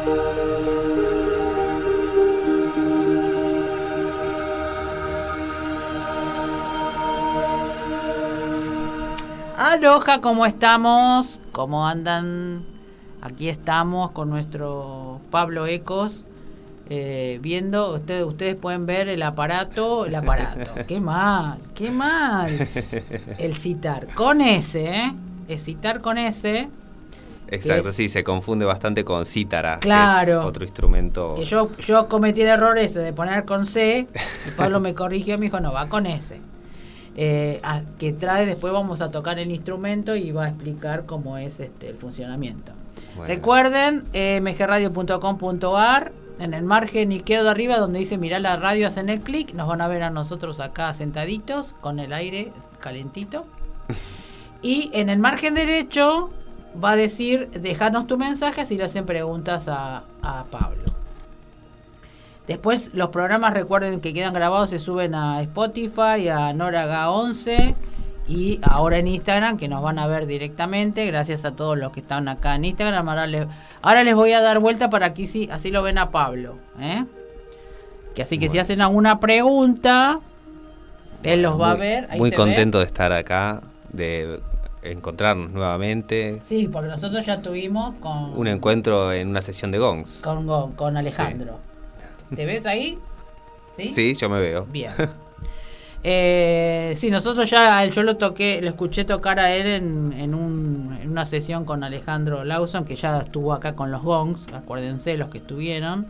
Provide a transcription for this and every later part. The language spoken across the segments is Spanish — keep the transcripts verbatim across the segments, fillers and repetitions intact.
Aloha, ¿cómo estamos? ¿Cómo andan? Aquí estamos con nuestro Pablo Ecos, eh, viendo, ustedes, ustedes pueden ver el aparato, el aparato, qué mal, qué mal, el citar, con S, ¿eh? Es citar con S. Exacto, es, sí, se confunde bastante con cítara, claro, que es otro instrumento. Que yo, yo cometí el error ese de poner con C, y Pablo me corrigió y me dijo, no, va con S. Eh, a, que trae, después vamos a tocar el instrumento y va a explicar cómo es este el funcionamiento. Bueno. Recuerden, eh, m g radio punto com punto a r, en el margen izquierdo arriba donde dice mirar la radio, hacen el clic, nos van a ver a nosotros acá sentaditos con el aire calentito. Y en el margen derecho va a decir, dejanos tu mensaje si le hacen preguntas a, a Pablo. Después los programas, recuerden que quedan grabados, se suben a Spotify, a Noraga once y ahora en Instagram, que nos van a ver directamente. Gracias a todos los que están acá en Instagram. Ahora les, ahora les voy a dar vuelta para que sí, así lo ven a Pablo, ¿eh? Que así que bueno, si hacen alguna pregunta, él los va muy, a ver. Ahí muy se contento ve. de estar acá, de encontrarnos nuevamente. Sí, porque nosotros ya tuvimos con un encuentro en una sesión de gongs. Con, con, con Alejandro. Sí. ¿Te ves ahí? ¿Sí? Sí, yo me veo. Bien. Eh, sí, nosotros ya, yo lo toqué, lo escuché tocar a él en, en, un, en una sesión con Alejandro Lawson, que ya estuvo acá con los gongs, acuérdense los que estuvieron.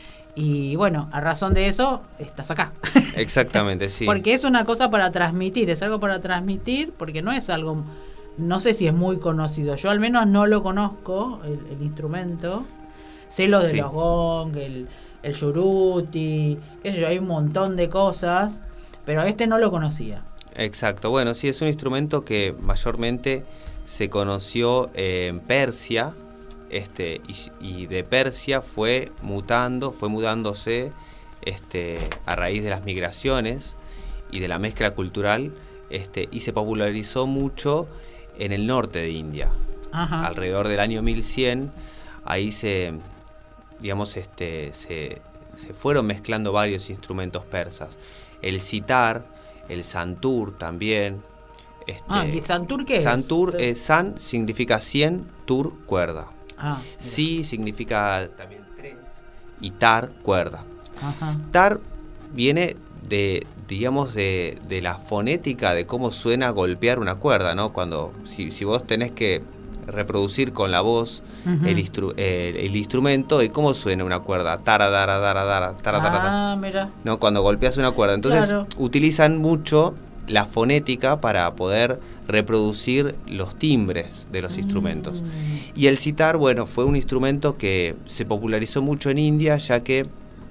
Y bueno, a razón de eso, estás acá. Exactamente, sí. Porque es una cosa para transmitir, es algo para transmitir, porque no es algo, no sé si es muy conocido. Yo al menos no lo conozco, el, el instrumento. Sé lo de sí. los gongs, el... el yuruti, qué sé yo, hay un montón de cosas, pero este no lo conocía. Exacto, bueno, sí, es un instrumento que mayormente se conoció eh, en Persia, este, y, y de Persia fue mutando, fue mudándose este, a raíz de las migraciones y de la mezcla cultural, este, y se popularizó mucho en el norte de India. Ajá. Alrededor del año mil cien, ahí se... digamos, este, se, se fueron mezclando varios instrumentos persas. El sitar, el santur también. Este, ah, ¿el santur qué santur, es? Eh, san significa cien, tur, cuerda. Ah, si significa también tres y tar, cuerda. Ajá. Tar viene de, digamos, de, de la fonética de cómo suena golpear una cuerda, ¿no? Cuando, si, si vos tenés que reproducir con la voz uh-huh. el, instru- el, el instrumento y cómo suena una cuerda, tara, dara, dara, dara, tara, ah, dara, mira. ¿no? Cuando golpeas una cuerda. Entonces claro. utilizan mucho la fonética para poder reproducir los timbres de los mm. instrumentos. Y el sitar, bueno, fue un instrumento que se popularizó mucho en India, ya que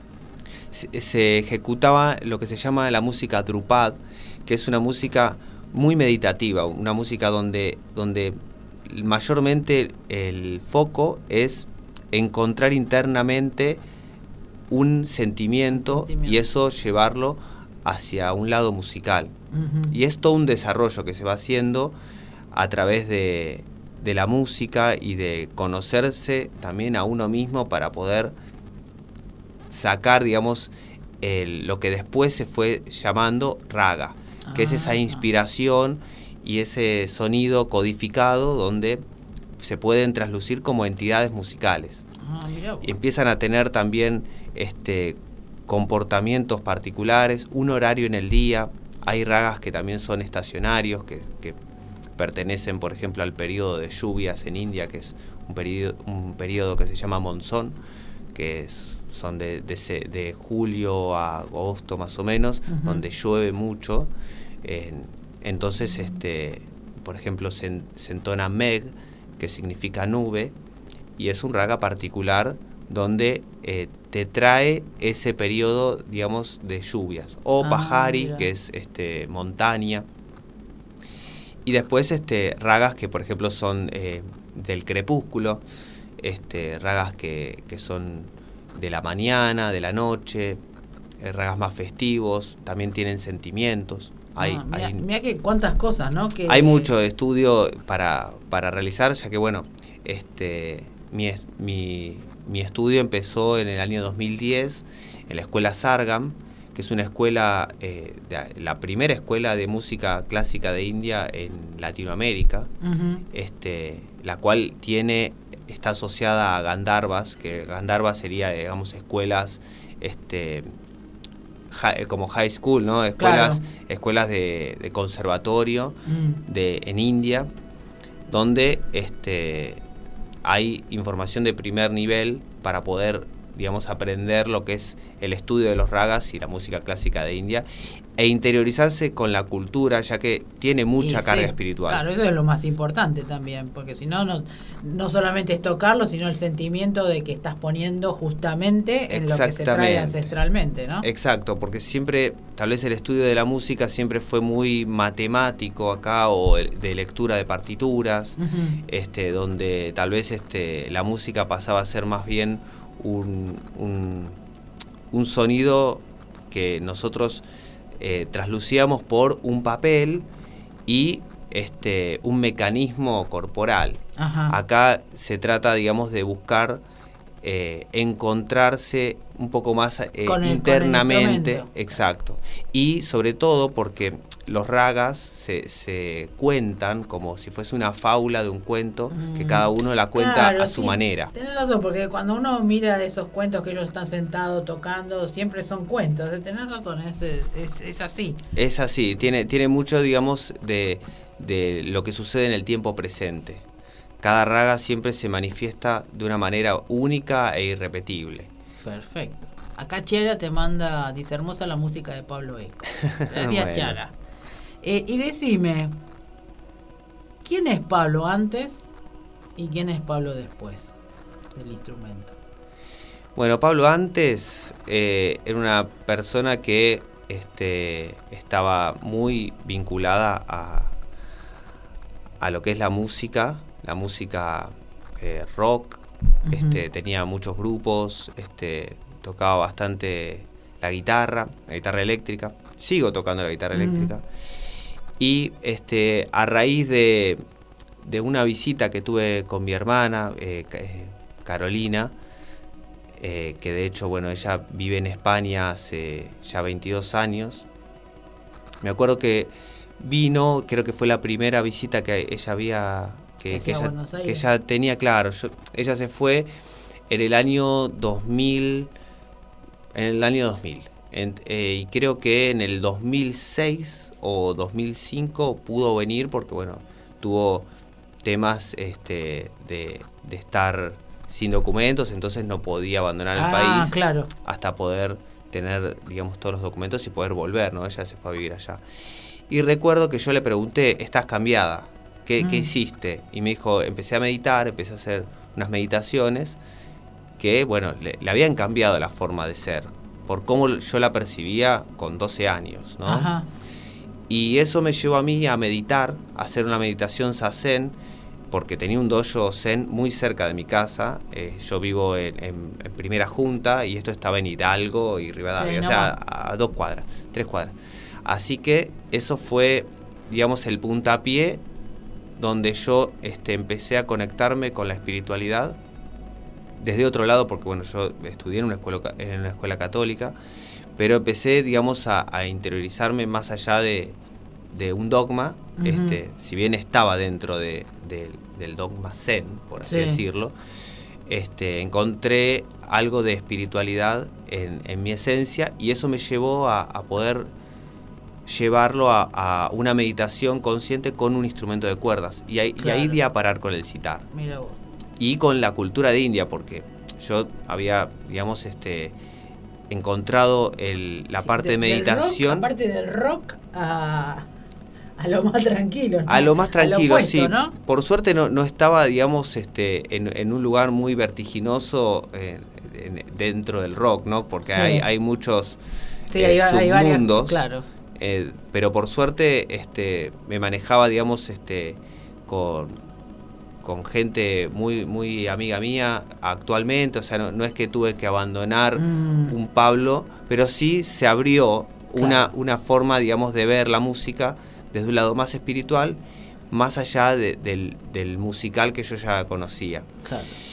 se, se ejecutaba lo que se llama la música Drupad, que es una música muy meditativa, una música donde, donde mayormente el foco es encontrar internamente un sentimiento, sentimiento. Y eso llevarlo hacia un lado musical. Uh-huh. Y es todo un desarrollo que se va haciendo a través de, de la música y de conocerse también a uno mismo para poder sacar, digamos, el, lo que después se fue llamando raga, ah, que es esa inspiración y ese sonido codificado donde se pueden traslucir como entidades musicales. Ah, mirá vos. Y empiezan a tener también este, comportamientos particulares, un horario en el día. Hay ragas que también son estacionarios, que, que pertenecen, por ejemplo, al periodo de lluvias en India, que es un periodo, un periodo que se llama monzón, que es, son de, de, de julio a agosto más o menos, uh-huh. donde llueve mucho. Eh, entonces, este, por ejemplo, se, se entona Meg, que significa nube, y es un raga particular donde eh, te trae ese periodo, digamos, de lluvias. O ah, Pahari, mira. que es este, montaña. Y después este, ragas que, por ejemplo, son eh, del crepúsculo, este, ragas que, que son de la mañana, de la noche, eh, ragas más festivos, también tienen sentimientos. Hay, ah, mira, hay, mira que cuántas cosas, ¿no? Que... Hay mucho estudio para, para realizar, ya que, bueno, este, mi, mi, mi estudio empezó en el año dos mil diez en la escuela Sargam, que es una escuela, eh, de, la primera escuela de música clásica de India en Latinoamérica, uh-huh. este, la cual tiene, está asociada a Gandharvas, que Gandharvas sería, digamos, escuelas este, high, como high school, ¿no? Escuelas, claro. escuelas de, de conservatorio uh-huh. de, en India, donde este, hay información de primer nivel para poder, digamos, aprender lo que es el estudio de los ragas y la música clásica de India e interiorizarse con la cultura, ya que tiene mucha y carga sí, espiritual. Claro, eso es lo más importante también, porque si no, no, no solamente es tocarlo, sino el sentimiento de que estás poniendo justamente en lo que se trae ancestralmente, ¿no? Exacto, porque siempre, tal vez el estudio de la música siempre fue muy matemático acá, o de lectura de partituras, uh-huh. este, donde tal vez este, la música pasaba a ser más bien Un, un, un sonido que nosotros eh, traslucíamos por un papel y este, un mecanismo corporal. Ajá. Acá se trata, digamos, de buscar eh, encontrarse un poco más eh, con el, internamente. Con el exacto. Y sobre todo porque los ragas se, se cuentan como si fuese una fábula de un cuento, mm. que cada uno la cuenta claro, a su sí, manera. Tenés razón, porque cuando uno mira esos cuentos que ellos están sentados tocando, siempre son cuentos. Tenés razón, es, es, es así. Es así, tiene, tiene mucho, digamos, de, de lo que sucede en el tiempo presente. Cada raga siempre se manifiesta de una manera única e irrepetible. Perfecto. Acá Chara te manda, dice, hermosa la música de Pablo Eco. Gracias, bueno. Chara. Eh, y decime, ¿quién es Pablo antes y quién es Pablo después del instrumento? Bueno, Pablo antes eh, era una persona que este, estaba muy vinculada a, a lo que es la música, la música eh, rock, uh-huh. este, tenía muchos grupos, este, tocaba bastante la guitarra, la guitarra eléctrica, sigo tocando la guitarra uh-huh. eléctrica. Y este, a raíz de, de una visita que tuve con mi hermana, eh, Carolina, eh, que de hecho, bueno, ella vive en España hace ya veintidós años. Me acuerdo que vino, creo que fue la primera visita que ella había, que, que, ella, que ella tenía, claro, yo, ella se fue en el año dos mil, en el año dos mil. En, eh, y creo que en el dos mil seis o dos mil cinco pudo venir porque, bueno, tuvo temas este, de, de estar sin documentos, entonces no podía abandonar el ah, país claro. hasta poder tener, digamos, todos los documentos y poder volver, ¿no? Ella se fue a vivir allá. Y recuerdo que yo le pregunté, ¿estás cambiada? ¿Qué, mm. ¿qué hiciste? Y me dijo, empecé a meditar, empecé a hacer unas meditaciones que, bueno, le, le habían cambiado la forma de ser, por cómo yo la percibía con doce años, ¿no? Ajá. Y eso me llevó a mí a meditar, a hacer una meditación zazen, porque tenía un dojo zen muy cerca de mi casa. Eh, yo vivo en, en, en Primera Junta y esto estaba en Hidalgo y Rivadavia, sí, o sea, a, a dos cuadras, tres cuadras. Así que eso fue, digamos, el puntapié donde yo este, empecé a conectarme con la espiritualidad desde otro lado, porque bueno, yo estudié en una escuela, en una escuela católica, pero empecé, digamos, a, a interiorizarme más allá de, de un dogma, uh-huh. este, si bien estaba dentro de, de, del dogma zen, por así sí. decirlo, este, encontré algo de espiritualidad en, en mi esencia, y eso me llevó a, a poder llevarlo a, a una meditación consciente con un instrumento de cuerdas, y ahí, claro. y ahí di a parar con el sitar. Mira vos. Y con la cultura de India, porque yo había, digamos, este encontrado el, la sí, parte de, de meditación. Rock, aparte del rock a, a lo más tranquilo, ¿no? A lo más tranquilo, a lo opuesto, sí. ¿no? Por suerte no, no estaba, digamos, este en, en un lugar muy vertiginoso eh, en, dentro del rock, ¿no? Porque sí. hay, hay muchos sí, eh, hay, submundos. Hay claro. Eh, pero por suerte este me manejaba, digamos, este con con gente muy muy amiga mía actualmente, o sea, no, no es que tuve que abandonar mm. un Pablo, pero sí se abrió claro. una, una forma, digamos, de ver la música desde un lado más espiritual, más allá de, del, del musical que yo ya conocía. Claro.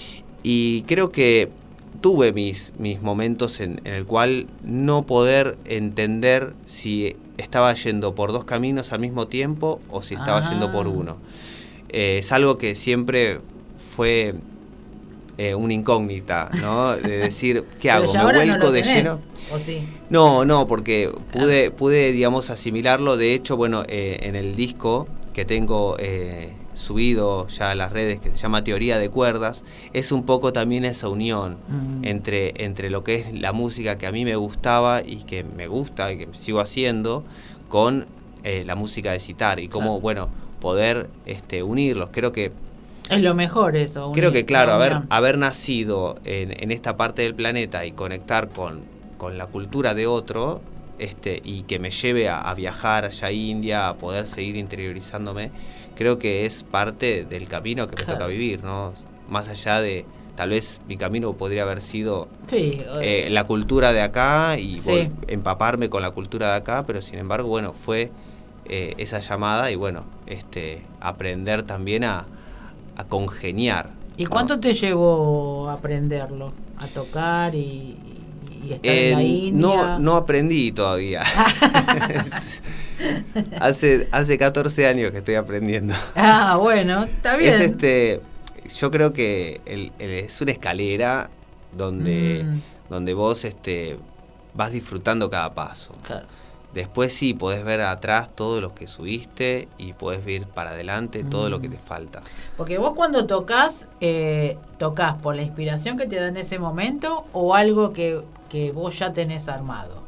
Y creo que tuve mis, mis momentos en, en el cual no poder entender si estaba yendo por dos caminos al mismo tiempo o si estaba ah. yendo por uno. Eh, es algo que siempre fue eh, una incógnita, ¿no? De decir, ¿qué hago? ¿Me vuelco no de lleno? ¿O sí? No, no, porque pude, pude digamos, asimilarlo. De hecho, bueno, eh, en el disco que tengo eh, subido ya a las redes, que se llama Teoría de Cuerdas, es un poco también esa unión mm. entre, entre lo que es la música que a mí me gustaba y que me gusta y que sigo haciendo, con eh, la música de sitar y cómo, claro. bueno, poder este, unirlos. Creo que es lo mejor eso. Creo que, claro, haber, haber nacido en, en esta parte del planeta y conectar con, con la cultura de otro, este, y que me lleve a, a viajar allá a India, a poder seguir interiorizándome, creo que es parte del camino que me claro. toca vivir, ¿no? Más allá de, tal vez mi camino podría haber sido sí, eh, la cultura de acá y sí. empaparme con la cultura de acá, pero sin embargo, bueno, fue eh, esa llamada y bueno, este, aprender también a, a congeniar. ¿Y ¿no? cuánto te llevó a aprenderlo? A tocar y, y estar eh, en la India. No, no aprendí todavía. hace, hace catorce años que estoy aprendiendo. Ah, bueno, está bien. Es este, yo creo que el, el, es una escalera donde, mm. donde vos este, vas disfrutando cada paso. Claro. Después sí, podés ver atrás todo lo que subiste y podés ver para adelante mm. todo lo que te falta. Porque vos cuando tocas, eh, tocas por la inspiración que te da en ese momento o algo que, que vos ya tenés armado.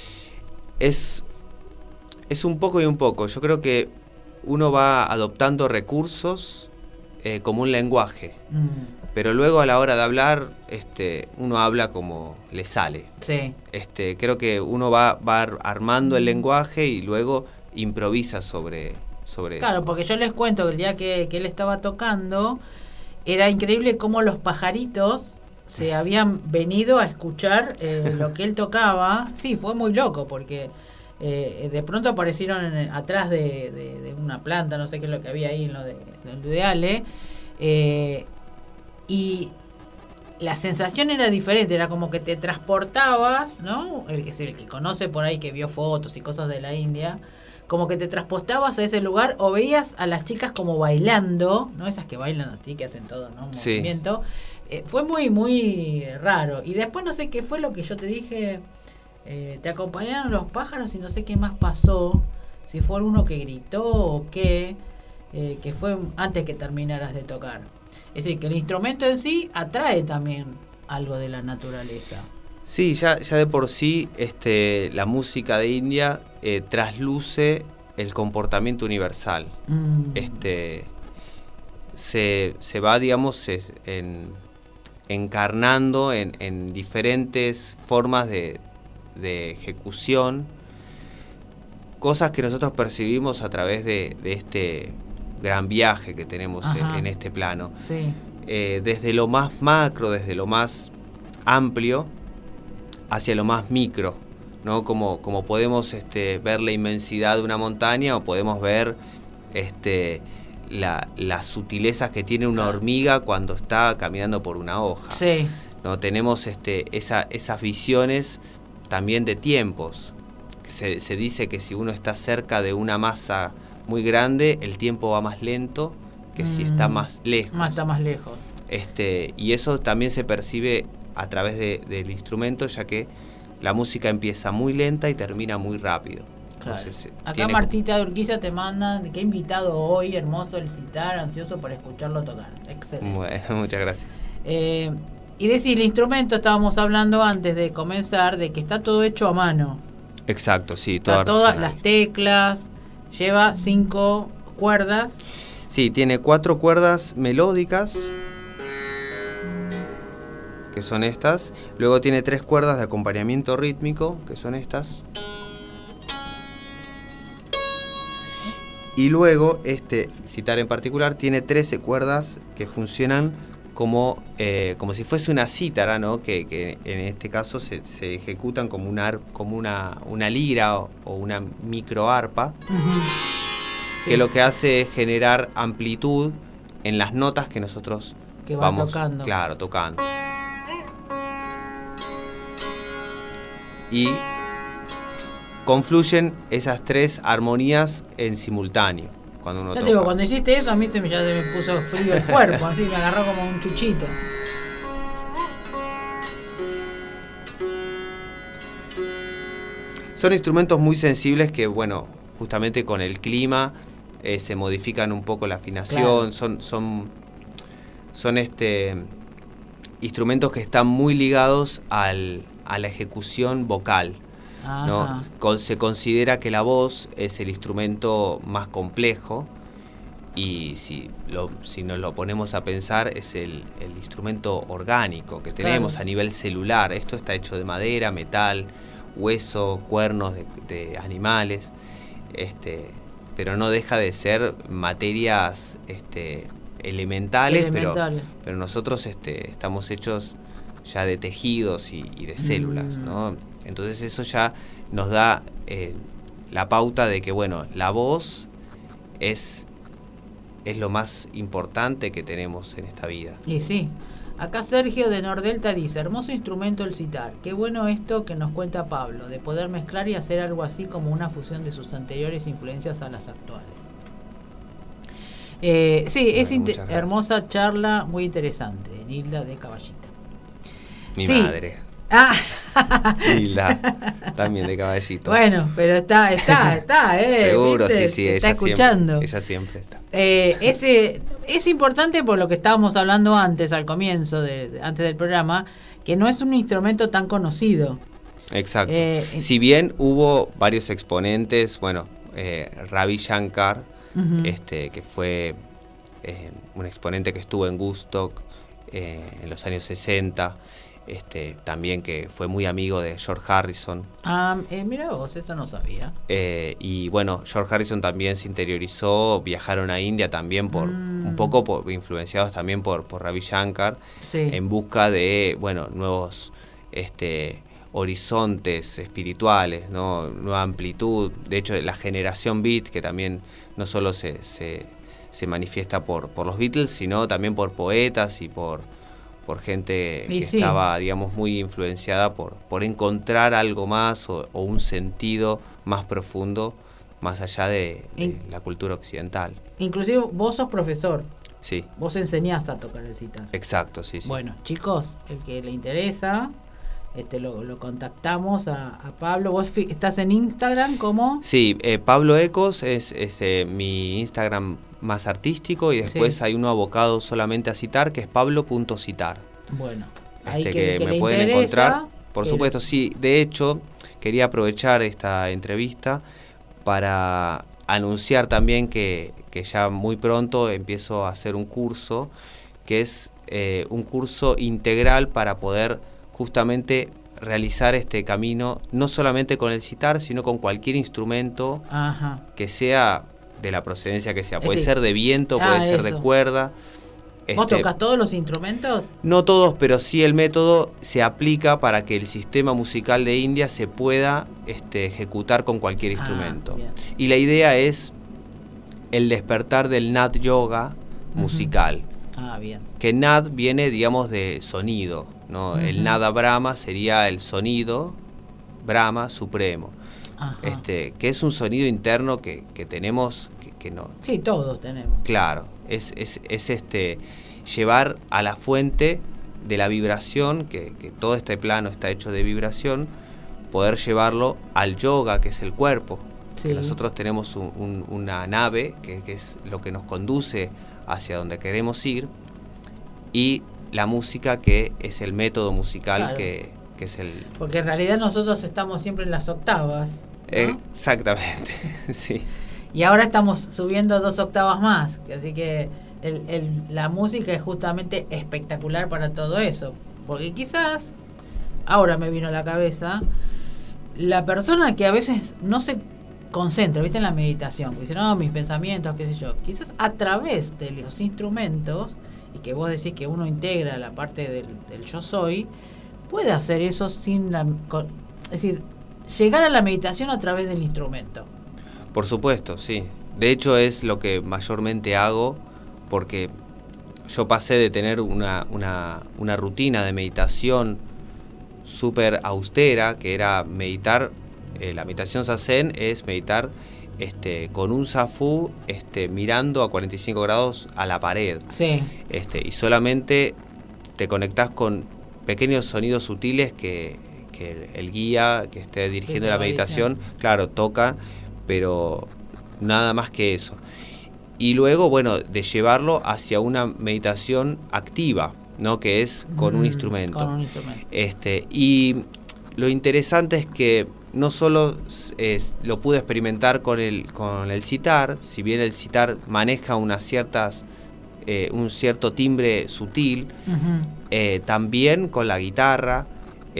Es, es un poco y un poco. Yo creo que uno va adoptando recursos eh, como un lenguaje. Mm. Pero luego a la hora de hablar, este, uno habla como le sale. Sí. Este, creo que uno va, va armando el lenguaje y luego improvisa sobre, sobre claro, eso. Claro, porque yo les cuento que el día que, que él estaba tocando, era increíble cómo los pajaritos se habían venido a escuchar eh, lo que él tocaba. Sí, fue muy loco porque eh, de pronto aparecieron en, atrás de, de, de una planta, no sé qué es lo que había ahí en lo de, de, de Ale. Eh, Y la sensación era diferente, era como que te transportabas, ¿no? El que, el que conoce por ahí, que vio fotos y cosas de la India, como que te transportabas a ese lugar o veías a las chicas como bailando, ¿no? Esas que bailan así, que hacen todo, ¿no? Un sí. movimiento. Eh, fue muy, muy raro. Y después no sé qué fue lo que yo te dije, eh, te acompañaron los pájaros y no sé qué más pasó, si fue uno que gritó o qué, eh, que fue antes que terminaras de tocar. Es decir, que el instrumento en sí atrae también algo de la naturaleza. Sí, ya, ya de por sí este, la música de India eh, trasluce el comportamiento universal. Mm. Este, se, se va, digamos, en, encarnando en, en diferentes formas de, de ejecución, cosas que nosotros percibimos a través de, de este gran viaje que tenemos en, en este plano. Sí. Eh, desde lo más macro, desde lo más amplio, hacia lo más micro, ¿no? Como, como podemos este, ver la inmensidad de una montaña o podemos ver este, la, las sutilezas que tiene una hormiga cuando está caminando por una hoja. Sí. ¿No? Tenemos este, esa, esas visiones también de tiempos. Se, se dice que si uno está cerca de una masa muy grande, el tiempo va más lento que mm. si está más lejos. Más está más lejos. Este, y eso también se percibe a través de, del instrumento, ya que la música empieza muy lenta y termina muy rápido. Claro. Entonces, acá Martita de Urquiza te manda, qué invitado hoy, hermoso el citar, ansioso por escucharlo tocar. Excelente. Bueno, muchas gracias. Eh, y decir, el instrumento, estábamos hablando antes de comenzar, de que está todo hecho a mano. Exacto, sí. Está todas las teclas. Lleva cinco cuerdas. Sí, tiene cuatro cuerdas melódicas, que son estas. Luego tiene tres cuerdas de acompañamiento rítmico, que son estas. Y luego este citar en particular tiene trece cuerdas que funcionan como, eh, como si fuese una cítara, ¿no? Que, que en este caso se, se ejecutan como una, como una, una lira o, o una microarpa, uh-huh. que sí. lo que hace es generar amplitud en las notas que nosotros que va vamos, tocando. Claro, tocando. Y confluyen esas tres armonías en simultáneo cuando uno ya toca. te digo, cuando hiciste eso a mí se me, ya se me puso frío el cuerpo, así me agarró como un chuchito. Son instrumentos muy sensibles que, bueno, justamente con el clima eh, se modifican un poco la afinación. Claro. Son, son, son este, instrumentos que están muy ligados al, a la ejecución vocal, ¿no? Con, se considera que la voz es el instrumento más complejo y si, lo, si nos lo ponemos a pensar es el, el instrumento orgánico que tenemos, claro, a nivel celular. Esto está hecho de madera, metal, hueso, cuernos de, de animales, este, pero no deja de ser materias este, elementales, elementales. Pero, pero nosotros este, estamos hechos ya de tejidos y, y de células, mm. ¿no? Entonces eso ya nos da eh, la pauta de que, bueno, la voz es, es lo más importante que tenemos en esta vida. Y sí. Acá Sergio de Nordelta dice, hermoso instrumento el sitar. Qué bueno esto que nos cuenta Pablo, de poder mezclar y hacer algo así como una fusión de sus anteriores influencias a las actuales. Eh, sí, bueno, es hermosa charla, muy interesante, de Nilda de Caballito. Mi sí. madre. Ah. Nilda, también de Caballito. Bueno, pero está, está, está, eh. Seguro, ¿viste? sí, sí, está ella escuchando. Siempre, ella siempre está. Eh, ese es importante por lo que estábamos hablando antes, al comienzo, de, de, antes del programa, que no es un instrumento tan conocido. Exacto. Eh, si bien hubo varios exponentes, bueno, eh, Ravi Shankar, uh-huh. este, que fue eh, un exponente que estuvo en Woodstock eh, en los años sesenta, este, también que fue muy amigo de George Harrison. Ah, eh, mira vos, esto no sabía. Eh, y bueno, George Harrison también se interiorizó, viajaron a India también por mm. un poco por, influenciados también por, por Ravi Shankar, sí. en busca de, bueno, nuevos este, horizontes espirituales, ¿no? Nueva amplitud. De hecho, la generación beat, que también no solo se, se, se manifiesta por, por los Beatles, sino también por poetas y por por gente y que sí. estaba, digamos, muy influenciada por, por encontrar algo más o, o un sentido más profundo, más allá de, de In- la cultura occidental. Inclusive vos sos profesor. Sí. Vos enseñás a tocar el sitar. Exacto, sí, sí. Bueno, chicos, el que le interesa, este lo, lo contactamos a, a Pablo. ¿Vos fi- estás en Instagram como? Sí, eh, Pablo Ecos es, es eh, mi Instagram más artístico y después sí. hay uno abocado solamente a citar que es pablo punto citar. Bueno, ahí este, que, que, que me pueden interesa, encontrar. Por supuesto, le... sí. De hecho, quería aprovechar esta entrevista para anunciar también que, que ya muy pronto empiezo a hacer un curso que es eh, un curso integral para poder justamente realizar este camino no solamente con el sitar, sino con cualquier instrumento Ajá. que sea de la procedencia que sea. Puede sí. ser de viento, ah, puede ser eso. de cuerda. ¿Vos este, tocas todos los instrumentos? No todos, pero sí el método se aplica para que el sistema musical de India se pueda este, ejecutar con cualquier instrumento. Ah, y la idea es el despertar del Nad Yoga uh-huh. musical. Ah, bien. Que Nad viene, digamos, de sonido, ¿no? Uh-huh. El Nada Brahma sería el sonido Brahma supremo. Ajá. Este, que es un sonido interno que, que tenemos, que, que no. Sí, todos tenemos. Claro, es, es, es este llevar a la fuente de la vibración, que, que todo este plano está hecho de vibración, poder llevarlo al yoga, que es el cuerpo. Sí. Que nosotros tenemos un, un, una nave, que, que es lo que nos conduce hacia donde queremos ir, y la música, que es el método musical, claro. que, que es el... Porque en realidad nosotros estamos siempre en las octavas, ¿no? Exactamente, sí. Y ahora estamos subiendo dos octavas más, así que el, el, la música es justamente espectacular para todo eso. Porque quizás, ahora me vino a la cabeza, la persona que a veces no se concentra, ¿viste? En la meditación, que dice, no, mis pensamientos, qué sé yo, quizás a través de los instrumentos, y que vos decís que uno integra la parte del, del yo soy, puede hacer eso sin la... Con, es decir, llegar a la meditación a través del instrumento. Por supuesto, sí. De hecho es lo que mayormente hago, porque yo pasé de tener una, una, una rutina de meditación súper austera, que era meditar, eh, la meditación zazen es meditar este, con un zafú este, mirando a cuarenta y cinco grados a la pared. Sí. Este, y solamente te conectás con pequeños sonidos sutiles que, que el guía que esté dirigiendo la meditación, diciendo? claro, toca, pero nada más que eso. Y luego, bueno, de llevarlo hacia una meditación activa, ¿no? Que es con mm, un instrumento. Con un instrumento. Este, y lo interesante es que no solo es, lo pude experimentar con el, con el sitar, si bien el sitar maneja unas ciertas, eh, un cierto timbre sutil, uh-huh. eh, también con la guitarra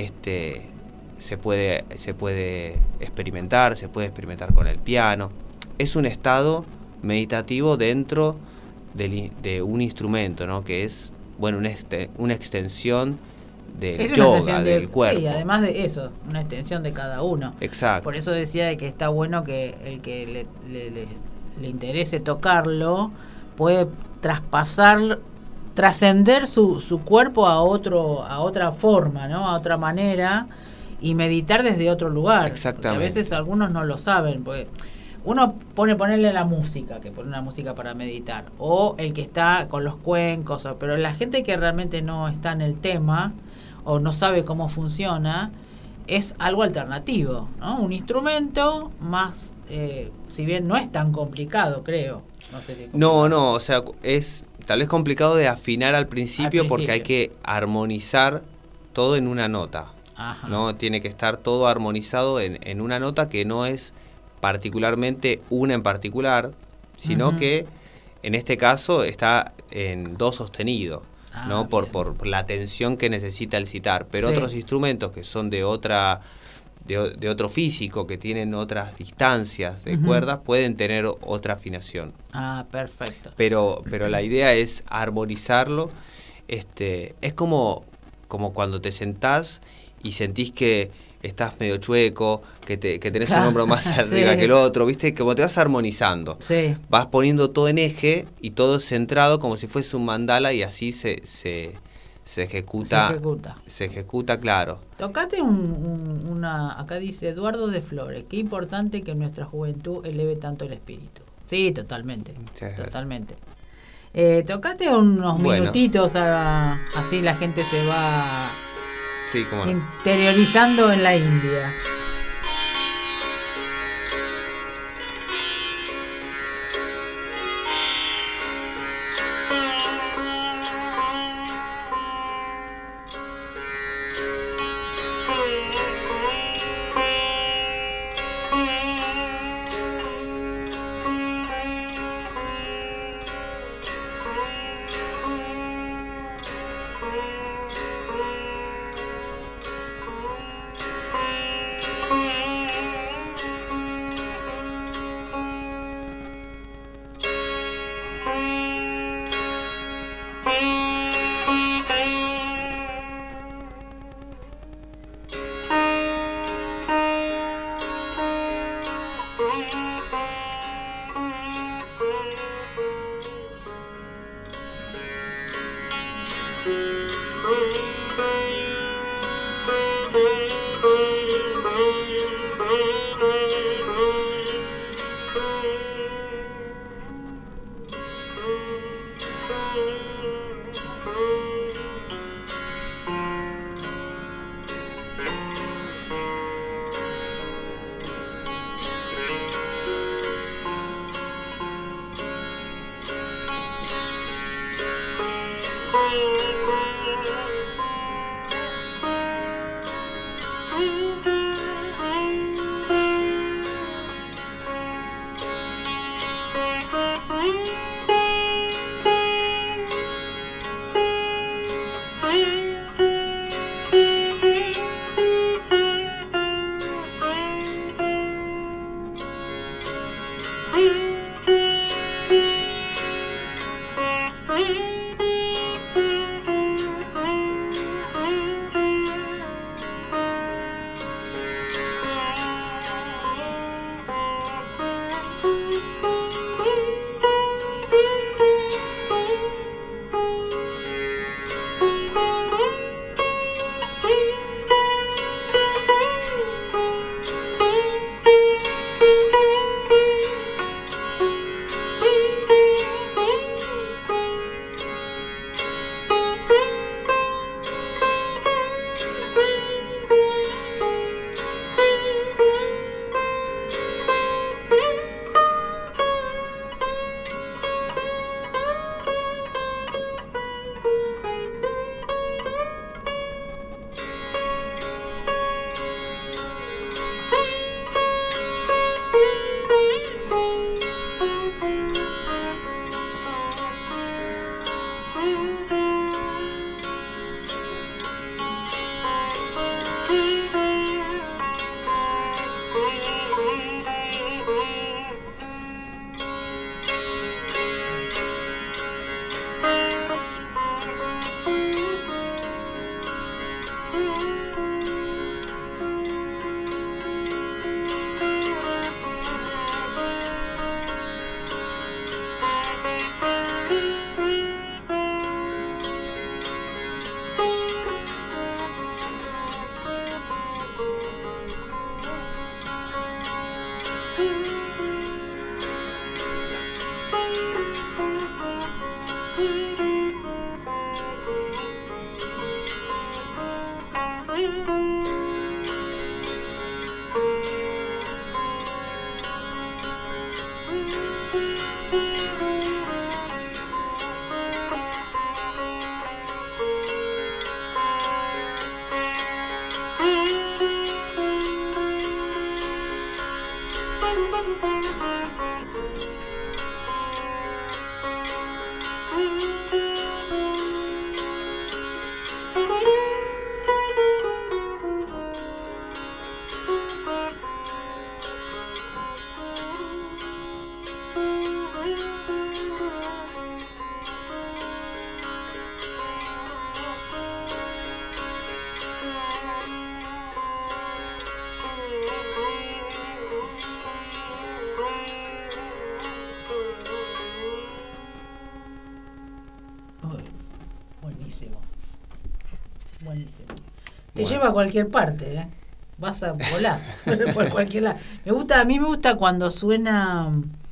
este, se puede, se puede experimentar, se puede experimentar con el piano. Es un estado meditativo dentro de, de un instrumento, ¿no? Que es, bueno, una, este, una extensión del es yoga, de, del cuerpo. Sí, además de eso, una extensión de cada uno. Exacto. Por eso decía de que está bueno que el que le, le, le, le interese tocarlo puede traspasar, trascender su, su cuerpo a otro, a otra forma, ¿no? A otra manera y meditar desde otro lugar. Exactamente. Porque a veces algunos no lo saben, porque uno pone ponerle la música, que pone una música para meditar, o el que está con los cuencos, pero la gente que realmente no está en el tema o no sabe cómo funciona, es algo alternativo, ¿no? Un instrumento más, eh, si bien no es tan complicado, creo. No, sé si es no, no, o sea, es tal vez complicado de afinar al principio, al principio. porque hay que armonizar todo en una nota. Ajá. ¿No? Tiene que estar todo armonizado en, en una nota que no es particularmente una en particular, sino uh-huh. que en este caso está en do sostenido. Ah, ¿no? Por, por la tensión que necesita el sitar, pero sí. otros instrumentos que son de otra de, de otro físico, que tienen otras distancias de uh-huh. cuerdas, pueden tener otra afinación. Ah, perfecto. Pero pero la idea es armonizarlo. Este, es como como cuando te sentás y sentís que estás medio chueco, que te que tenés un hombro más arriba sí. que el otro, ¿viste? Como te vas armonizando. Sí. Vas poniendo todo en eje y todo centrado como si fuese un mandala y así se se, se ejecuta. Se ejecuta. Se ejecuta, claro. Tocate un, un, una... Acá dice Eduardo de Flores, qué importante que nuestra juventud eleve tanto el espíritu. Sí, totalmente. Sí. Totalmente. Eh, tocate unos bueno. minutitos, a, así la gente se va... Sí, cómo no. Interiorizando en la India. Buenísimo. Te bueno. lleva a cualquier parte, ¿eh? Vas a volar por cualquier lado. Me gusta, a mí me gusta cuando suena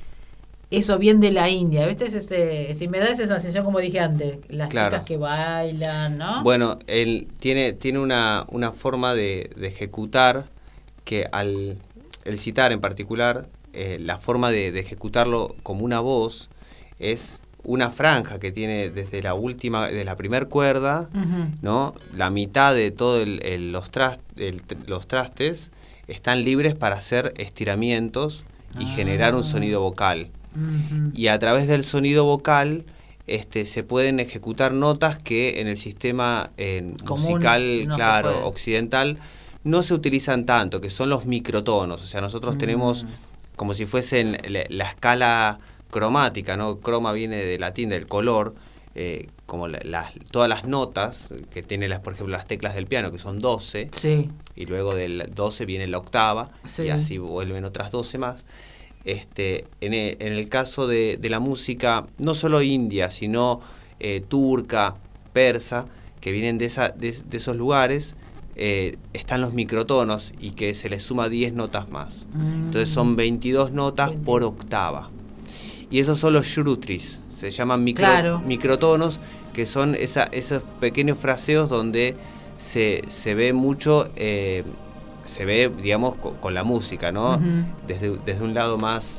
eso bien de la India, ¿viste? Ese, si me da esa sensación, como dije antes, las claro. chicas que bailan, ¿no? Bueno, él tiene, tiene una, una forma de, de ejecutar que al el sitar en particular, eh, la forma de, de ejecutarlo como una voz es una franja que tiene desde la última, de la primer cuerda, uh-huh. ¿no? La mitad de todos el, los, tras, el, los trastes están libres para hacer estiramientos y ah. generar un sonido vocal. Uh-huh. Y a través del sonido vocal este, se pueden ejecutar notas que en el sistema eh, musical, no claro, occidental, no se utilizan tanto, que son los microtonos. O sea, nosotros uh-huh. tenemos como si fuesen la, la escala cromática, ¿no? Croma viene del latín, del color, eh, como la, la, todas las notas que tiene, las, por ejemplo, las teclas del piano, que son doce, sí. y luego del doce viene la octava, sí. y así vuelven otras doce más. Este, en, el, en el caso de, de la música, no solo india, sino eh, turca, persa, que vienen de, esa, de, de esos lugares, eh, están los microtonos y que se les suma diez notas más. Mm. Entonces son veintidós notas veinte por octava. Y esos son los shrutris, se llaman micro, claro. microtonos, que son esa, esos pequeños fraseos donde se, se ve mucho, eh, se ve, digamos, con, con la música, ¿no? Uh-huh. Desde, desde un lado más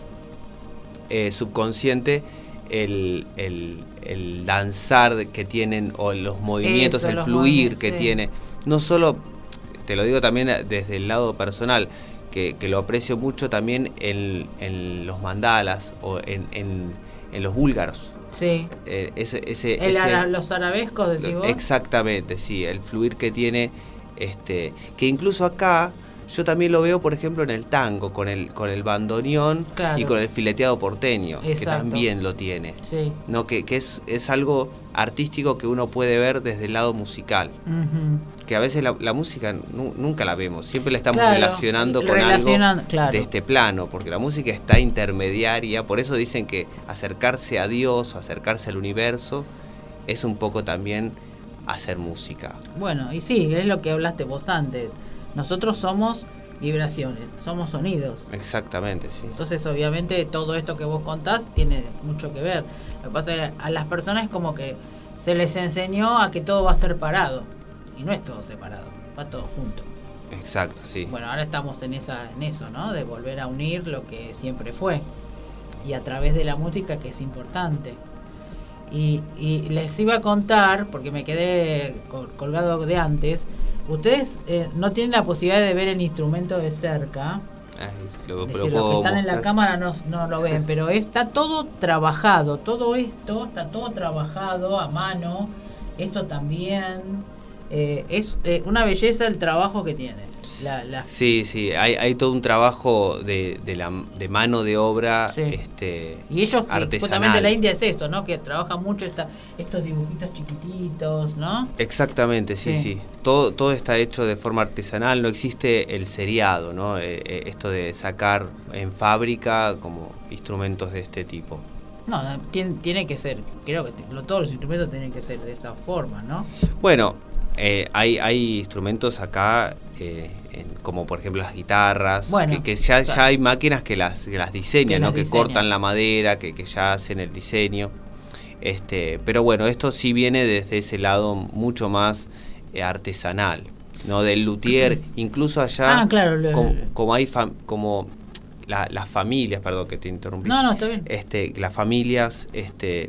eh, subconsciente, el, el, el danzar que tienen, o los movimientos, Eso, el fluir que sí. tiene. No solo, te lo digo también desde el lado personal, Que, que lo aprecio mucho también en, en los mandalas o en, en, en los búlgaros. Sí. Eh, ese, ese, el ese, ara, los arabescos, decís vos. Exactamente, sí, el fluir que tiene, este, que incluso acá yo también lo veo, por ejemplo, en el tango, con el, con el bandoneón claro. y con el fileteado porteño, Exacto. que también lo tiene. Sí. ¿No? Que, que es, es algo artístico que uno puede ver desde el lado musical. Uh-huh. Que a veces la, la música nu, nunca la vemos, siempre la estamos claro, relacionando con relacionando, algo claro. de este plano, porque la música está intermediaria, por eso dicen que acercarse a Dios o acercarse al universo es un poco también hacer música. Bueno, y sí, es lo que hablaste vos antes, nosotros somos vibraciones, somos sonidos. Exactamente, sí. Entonces obviamente todo esto que vos contás tiene mucho que ver. Lo que pasa es que a las personas es como que se les enseñó a que todo va a ser parado. Y no es todo separado, va todo junto. Exacto, sí. Bueno, ahora estamos en esa en eso, ¿no? De volver a unir lo que siempre fue. Y a través de la música, que es importante. Y, y les iba a contar, porque me quedé colgado de antes, ustedes eh, no tienen la posibilidad de ver el instrumento de cerca. Ay, lo, es lo decir, los que están mostrar. En la cámara no, no lo ven, pero está todo trabajado. Todo esto está todo trabajado a mano. Esto también... Eh, es eh, una belleza el trabajo que tiene. La, la... Sí, sí, hay, hay todo un trabajo de, de, la, de mano de obra sí. este, y ellos, artesanal. Justamente la India es esto, ¿no? Que trabajan mucho esta, estos dibujitos chiquititos, ¿no? Exactamente, sí, sí. sí. Todo, todo está hecho de forma artesanal, no existe el seriado, ¿no? Eh, eh, esto de sacar en fábrica como instrumentos de este tipo. No, tiene, tiene que ser, creo que lo, todos los instrumentos tienen que ser de esa forma, ¿no? Bueno, eh, hay, hay instrumentos acá, eh, en, como por ejemplo las guitarras, bueno, que, que ya, ya hay máquinas que las, que las diseñan, que ¿no? Las que diseñan. Cortan la madera, que, que ya hacen el diseño. Este, pero bueno, esto sí viene desde ese lado mucho más eh, artesanal, ¿no? Del luthier, incluso allá, ah, claro, como, como hay fam, como la, las familias, perdón que te interrumpí. No, no, está bien. Este, las familias este,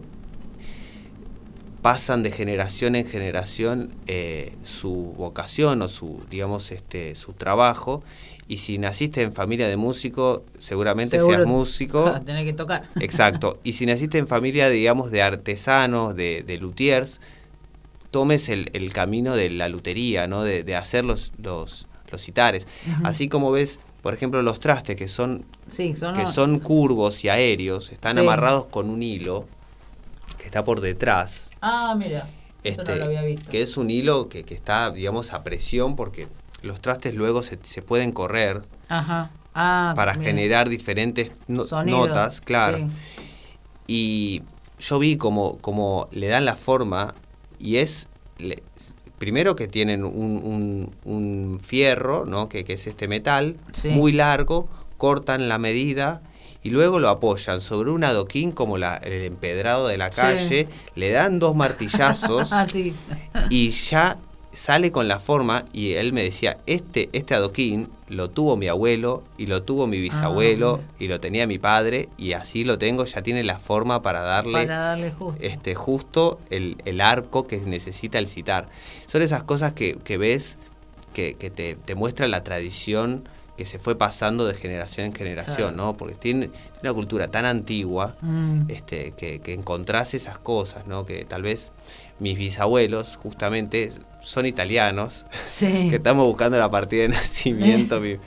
pasan de generación en generación eh, su vocación o su, digamos, este, su trabajo. Y si naciste en familia de músico, seguramente Seguro seas músico. Tenés que tocar. Exacto. Y si naciste en familia, digamos, de artesanos, de, de luthiers, tomes el, el camino de la lutería, ¿no? De, de hacer los, los, los sitares. Uh-huh. Así como ves, por ejemplo, los trastes que son, sí, son, que los... son curvos y aéreos, están sí. amarrados con un hilo que está por detrás. Ah, mira. Este, Eso no lo había visto. Que es un hilo que, que está, digamos, a presión porque los trastes luego se, se pueden correr. Ajá. Ah, para mira. generar diferentes no, notas, claro. Sí. Y yo vi como, como le dan la forma y es le, primero que tienen un, un, un fierro, ¿no? que, que es este metal, sí. muy largo, cortan la medida y luego lo apoyan sobre un adoquín como la, el empedrado de la calle, sí. le dan dos martillazos sí. y ya sale con la forma. Y él me decía, este, este adoquín lo tuvo mi abuelo y lo tuvo mi bisabuelo ah, y lo tenía mi padre y así lo tengo, ya tiene la forma para darle, para darle justo, este, justo el, el arco que necesita el sitar. Son esas cosas que, que ves que, que te, te muestra la tradición que se fue pasando de generación en generación, claro. ¿no? Porque tiene una cultura tan antigua, mm. este, que, que encontrás esas cosas, ¿no? Que tal vez mis bisabuelos justamente son italianos, sí. que estamos buscando la partida de nacimiento. mi...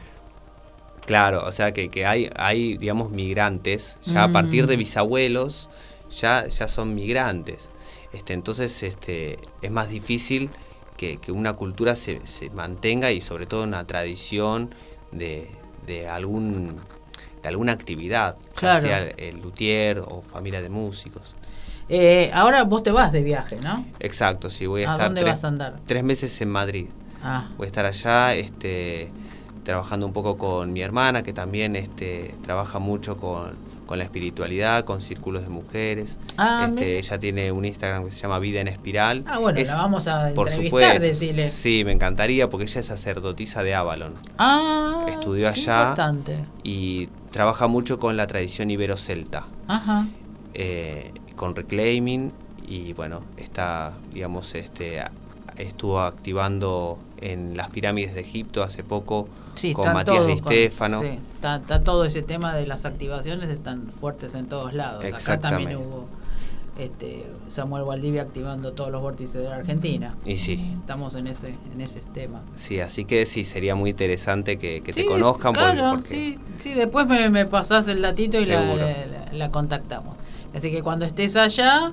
Claro, o sea que, que hay, hay, digamos, migrantes, ya mm. a partir de bisabuelos, ya, ya son migrantes. Este, entonces este, es más difícil que, que una cultura se, se mantenga y sobre todo una tradición de, de algún de alguna actividad, claro. sea el luthier o familia de músicos. Eh, ahora vos te vas de viaje, ¿no? Exacto, sí, voy a, ¿A estar dónde tres, vas a andar? tres meses en Madrid. Ah. Voy a estar allá, este, trabajando un poco con mi hermana, que también este, trabaja mucho con, con la espiritualidad, con círculos de mujeres. Ah, este, ella tiene un Instagram que se llama Vida en Espiral. Ah, bueno, es, la vamos a por entrevistar, supuesto, decirle. Sí, me encantaría, porque ella es sacerdotisa de Avalon. Ah, estudió allá importante. Y trabaja mucho con la tradición ibero-celta. Ajá. Eh, con reclaiming, y bueno, está, digamos, este, estuvo activando en las pirámides de Egipto hace poco, sí, con Matías Di Stéfano. Sí, está, está todo ese tema de las activaciones, están fuertes en todos lados. Acá también hubo este, Samuel Valdivia activando todos los vórtices de la Argentina. Y sí. Estamos en ese en ese tema. Sí, así que sí, sería muy interesante que, que sí, te conozcan. Claro, porque... sí, sí, después me, me pasás el datito y la, la, la, la contactamos. Así que cuando estés allá,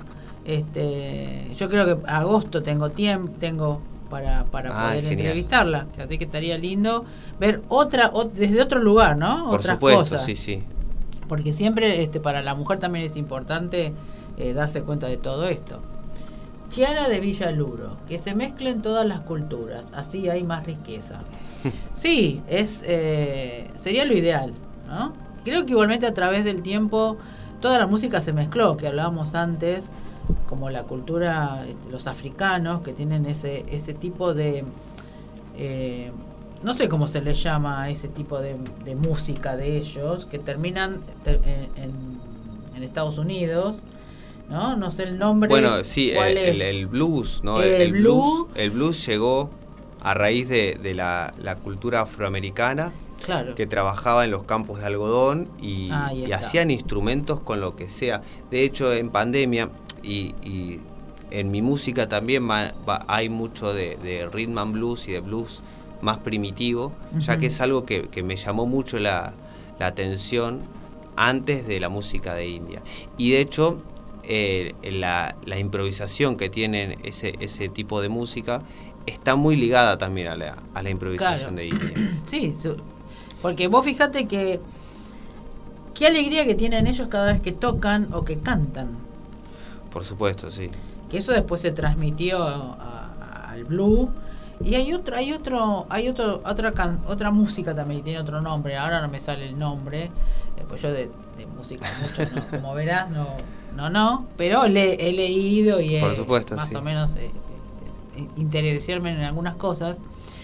este, yo creo que agosto tengo tiempo, tengo para, para ah, poder genial. entrevistarla. Así que estaría lindo ver otra, o, desde otro lugar, ¿no? Por Otras supuesto, cosas. sí, sí. Porque siempre este, para la mujer también es importante eh, darse cuenta de todo esto. Chiara de Villaluro, que se mezclen todas las culturas, así hay más riqueza. Sí, es eh, sería lo ideal, ¿no? Creo que igualmente a través del tiempo toda la música se mezcló, que hablábamos antes, como la cultura, los africanos, que tienen ese ese tipo de, eh, no sé cómo se les llama a ese tipo de, de música de ellos, que terminan te, en, en Estados Unidos, ¿no? No sé el nombre. Bueno, sí, ¿cuál el, es? el, el blues, ¿no? El, el blues, blues, el blues llegó a raíz de, de la, la cultura afroamericana. Claro. Que trabajaba en los campos de algodón y, ah, y hacían instrumentos con lo que sea. De hecho, en pandemia y, y en mi música también va, va, hay mucho de, de rhythm and blues y de blues más primitivo, uh-huh. ya que es algo que, que me llamó mucho la, la atención antes de la música de India. Y de hecho, eh, la, la improvisación que tienen ese, ese tipo de música está muy ligada también a la, a la improvisación claro. de India. Sí, su- porque vos fíjate que qué alegría que tienen ellos cada vez que tocan o que cantan. Por supuesto, sí. Que eso después se transmitió a, a, al blues. Y hay otro, hay otro, hay otro, otra can, otra música también que tiene otro nombre. Ahora no me sale el nombre. Eh, pues yo de, de música mucho, no, como verás, no, no, no. Pero le, he leído y he, Por supuesto, más sí. o menos eh, eh, interiorizarme en algunas cosas.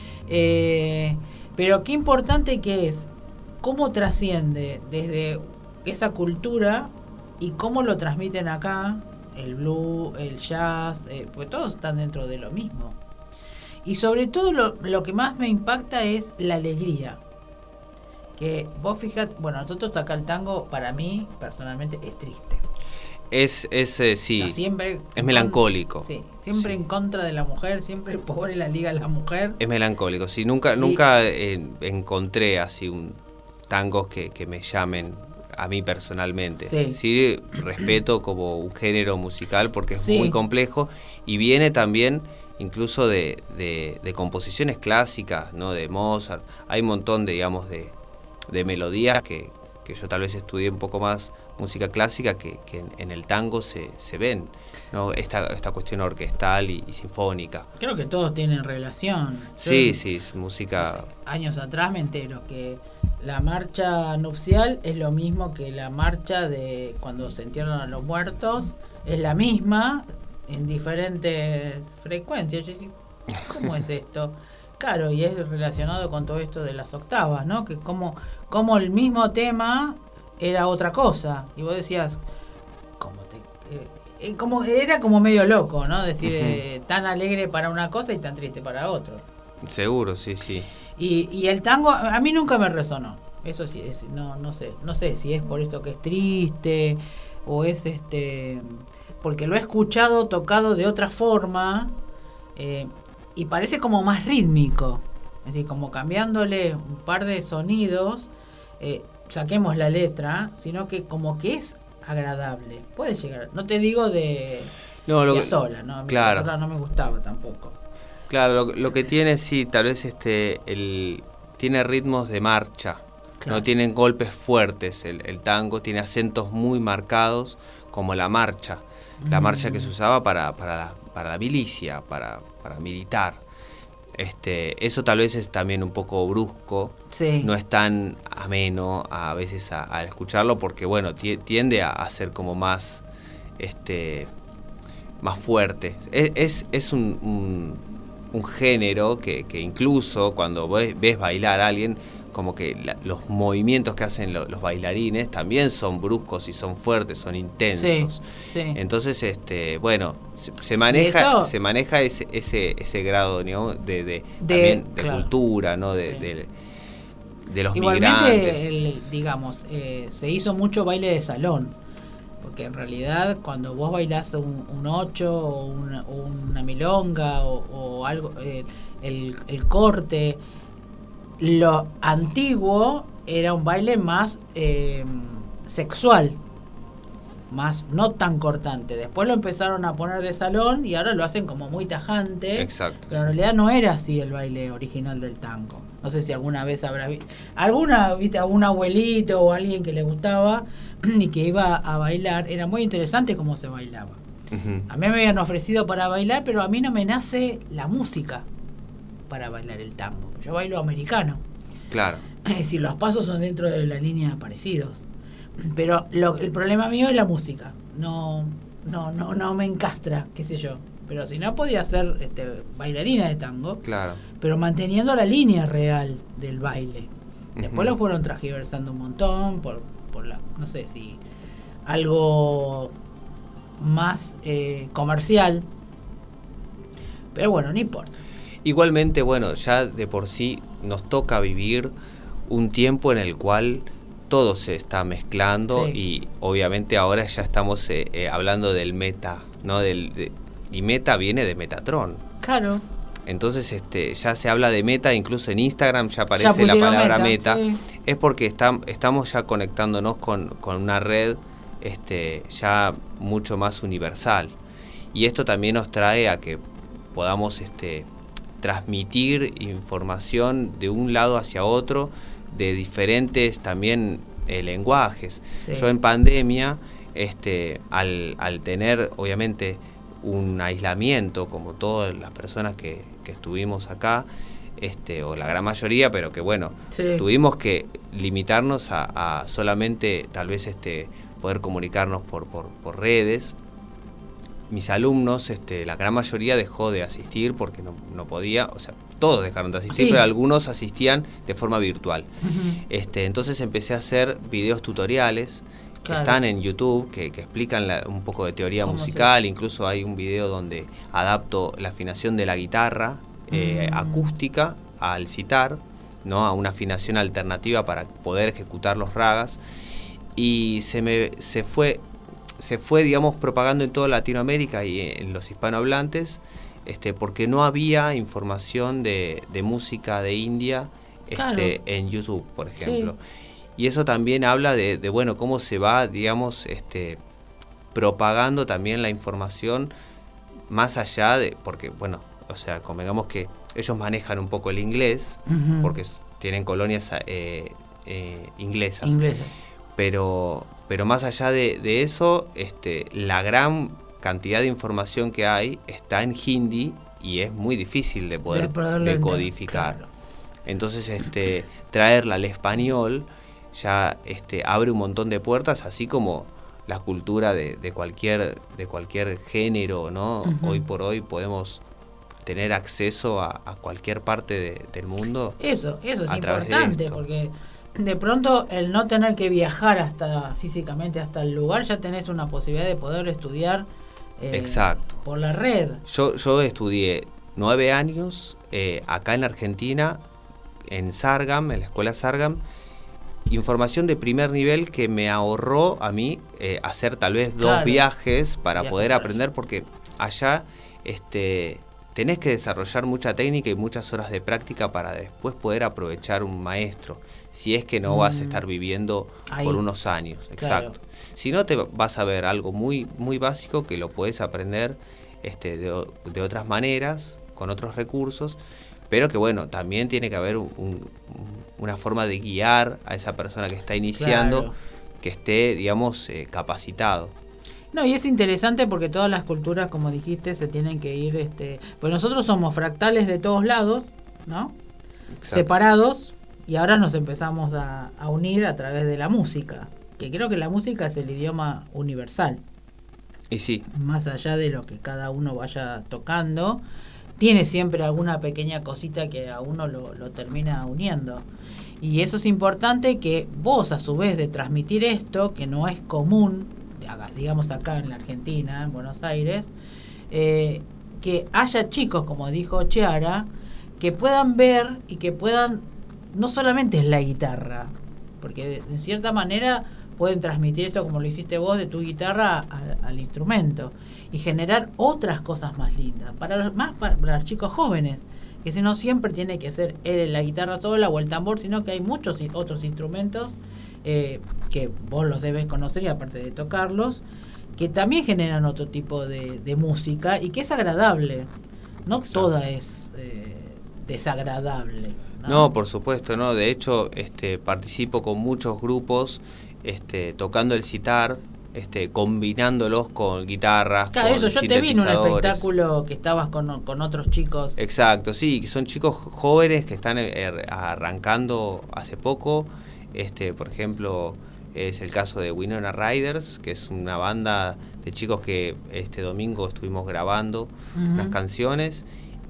Eh, Pero qué importante que es cómo trasciende desde esa cultura y cómo lo transmiten acá, el blues, el jazz, eh, pues todos están dentro de lo mismo. Y sobre todo lo, lo que más me impacta es la alegría. Que vos fijate, bueno, nosotros acá el tango, para mí, personalmente, es triste. Es, es eh, sí, no, siempre es melancólico. Sí, siempre sí. en contra de la mujer, siempre pobre la liga de la mujer. Es melancólico, sí, nunca, y, nunca eh, encontré así un tangos que, que me llamen a mí personalmente. Sí. sí, respeto como un género musical porque es sí. muy complejo y viene también incluso de, de, de composiciones clásicas, ¿no? De Mozart. Hay un montón de, digamos, de, de melodías que, que yo tal vez estudié un poco más música clásica, que, que en, en el tango se, se ven, ¿no? Esta, esta cuestión orquestal y, y sinfónica. Creo que todos tienen relación. Sí, Yo, sí, es música... Años atrás me entero que la marcha nupcial es lo mismo que la marcha de cuando se entierran a los muertos, es la misma en diferentes frecuencias. Yo decía, ¿cómo es esto? Claro, y es relacionado con todo esto de las octavas, ¿no? Que como, como el mismo tema era otra cosa. Y vos decías, ¿cómo te...? Eh, eh, como, era como medio loco, ¿no? Decir, uh-huh. eh, tan alegre para una cosa y tan triste para otro. Seguro, sí, sí. Y, y el tango a mí nunca me resonó. Eso sí, es, no, no sé. No sé si es por esto que es triste o es este... Porque lo he escuchado tocado de otra forma... Eh, y parece como más rítmico, es decir, como cambiándole un par de sonidos, eh, saquemos la letra, sino que como que es agradable, puede llegar, no te digo de no, lo sola, ¿no? A mí claro. sola no me gustaba tampoco. Claro, lo, lo que tiene, sí, tal vez este, el, tiene ritmos de marcha, claro. No tienen golpes fuertes, el, el tango tiene acentos muy marcados, como la marcha, la mm. marcha que se usaba para, para la para la milicia, para, para militar. Este, eso tal vez es también un poco brusco, sí. No es tan ameno a veces a, a escucharlo, porque bueno, tiende a, a ser como más, este, más fuerte. Es, es, es un, un, un género que, que incluso cuando ves, ves bailar a alguien, como que la, los movimientos que hacen lo, los bailarines también son bruscos y son fuertes, son intensos. Sí, sí. Entonces, este, bueno, se, se maneja, eso, se maneja ese, ese, ese grado, ¿no? de, de, de, también de claro. cultura, ¿no? De, sí. de, de los igualmente, migrantes. El, digamos, eh, se hizo mucho baile de salón, porque en realidad cuando vos bailás un, un ocho o una, una milonga o, o algo, eh, el, el corte. Lo antiguo era un baile más eh, sexual, más no tan cortante. Después lo empezaron a poner de salón y ahora lo hacen como muy tajante. Exacto. Pero en realidad no era así el baile original del tango. No sé si alguna vez habrá visto alguna, viste, algún abuelito o alguien que le gustaba y que iba a bailar. Era muy interesante cómo se bailaba. Uh-huh. A mí me habían ofrecido para bailar, pero a mí no me nace la música para bailar el tango. Yo bailo americano. Claro. Es decir, los pasos son dentro de la línea parecidos. Pero lo, el problema mío es la música. No, no, no, no me encastra, qué sé yo. Pero si no, podía ser este, bailarina de tango. Claro. Pero manteniendo la línea real del baile. Después uh-huh. lo fueron transgiversando un montón por, por la, no sé si algo más eh, comercial. Pero bueno, no importa. Igualmente, bueno, ya de por sí nos toca vivir un tiempo en el cual todo se está mezclando, sí. Y obviamente ahora ya estamos eh, eh, hablando del meta, ¿no? Del, de, y meta viene de Metatron. Claro. Entonces este ya se habla de meta, incluso en Instagram ya aparece ya la palabra meta. meta. Sí. Es porque está, estamos ya conectándonos con, con una red este, ya mucho más universal. Y esto también nos trae a que podamos este, transmitir información de un lado hacia otro, de diferentes también eh, lenguajes. Sí. Yo en pandemia, este, al, al tener obviamente un aislamiento, como todas las personas que, que estuvimos acá, este, o la gran mayoría, pero que bueno, sí. tuvimos que limitarnos a, a solamente tal vez este, poder comunicarnos por, por, por redes. Mis alumnos, este, la gran mayoría dejó de asistir porque no, no podía, o sea, todos dejaron de asistir, sí. pero algunos asistían de forma virtual. Uh-huh. Este, entonces empecé a hacer videos tutoriales que claro. están en YouTube, que, que explican la, un poco de teoría musical, incluso hay un video donde adapto la afinación de la guitarra eh, uh-huh. acústica al sitar, ¿no? A una afinación alternativa para poder ejecutar los ragas, y se me se fue se fue, digamos, propagando en toda Latinoamérica y en los hispanohablantes, este, porque no había información de, de música de India este, claro. en YouTube, por ejemplo. Sí. Y eso también habla de, de, bueno, cómo se va, digamos, este, propagando también la información más allá de, porque, bueno, o sea, convengamos que ellos manejan un poco el inglés, uh-huh. porque tienen colonias eh, eh, inglesas. Inglesas. pero, pero más allá de, de eso, este, la gran cantidad de información que hay está en hindi y es muy difícil de poder de decodificar. Claro. Entonces, este, traerla al español ya este, abre un montón de puertas, así como la cultura de, de cualquier de cualquier género, ¿no? Uh-huh. Hoy por hoy podemos tener acceso a, a cualquier parte de, del mundo. Eso, eso es importante, porque de pronto el no tener que viajar hasta físicamente hasta el lugar, ya tenés una posibilidad de poder estudiar eh, Exacto. por la red. Yo, yo estudié nueve años eh, acá en Argentina, en Sargam, en la escuela Sargam, información de primer nivel que me ahorró a mí eh, hacer tal vez dos claro. viajes para Viaje poder para aprender, allá. Porque allá este, tenés que desarrollar mucha técnica y muchas horas de práctica para después poder aprovechar un maestro, si es que no mm. vas a estar viviendo Ahí. por unos años. Claro. Exacto. Si no, te vas a ver algo muy, muy básico que lo podés aprender este, de, de otras maneras, con otros recursos, pero que bueno, también tiene que haber un, un, una forma de guiar a esa persona que está iniciando, claro. que esté, digamos, eh, capacitado. No, y es interesante porque todas las culturas, como dijiste, se tienen que ir, este, pues nosotros somos fractales de todos lados, ¿no? Exacto. Separados, y ahora nos empezamos a, a unir a través de la música, que creo que la música es el idioma universal. Y sí. Más allá de lo que cada uno vaya tocando, tiene siempre alguna pequeña cosita que a uno lo, lo termina uniendo. Y eso es importante, que vos, a su vez, de transmitir esto, que no es común, digamos acá en la Argentina, en Buenos Aires, eh, que haya chicos, como dijo Chiara, que puedan ver y que puedan, no solamente es la guitarra, porque de, de cierta manera pueden transmitir esto como lo hiciste vos, de tu guitarra a, al instrumento, y generar otras cosas más lindas, para los, más para, para los chicos jóvenes, que si no siempre tiene que ser él, la guitarra sola o el tambor, sino que hay muchos otros instrumentos eh, que vos los debes conocer, y aparte de tocarlos, que también generan otro tipo de, de música y que es agradable. No Exacto. toda es eh, desagradable, ¿no? No, por supuesto, no. De hecho, este, participo con muchos grupos este, tocando el sitar, este, combinándolos con guitarras, claro, con eso, yo te vi en un espectáculo que estabas con, con otros chicos. Exacto, sí, son chicos jóvenes que están er, arrancando hace poco. Este, por ejemplo, es el caso de Winona Riders, que es una banda de chicos que este domingo estuvimos grabando uh-huh. unas canciones,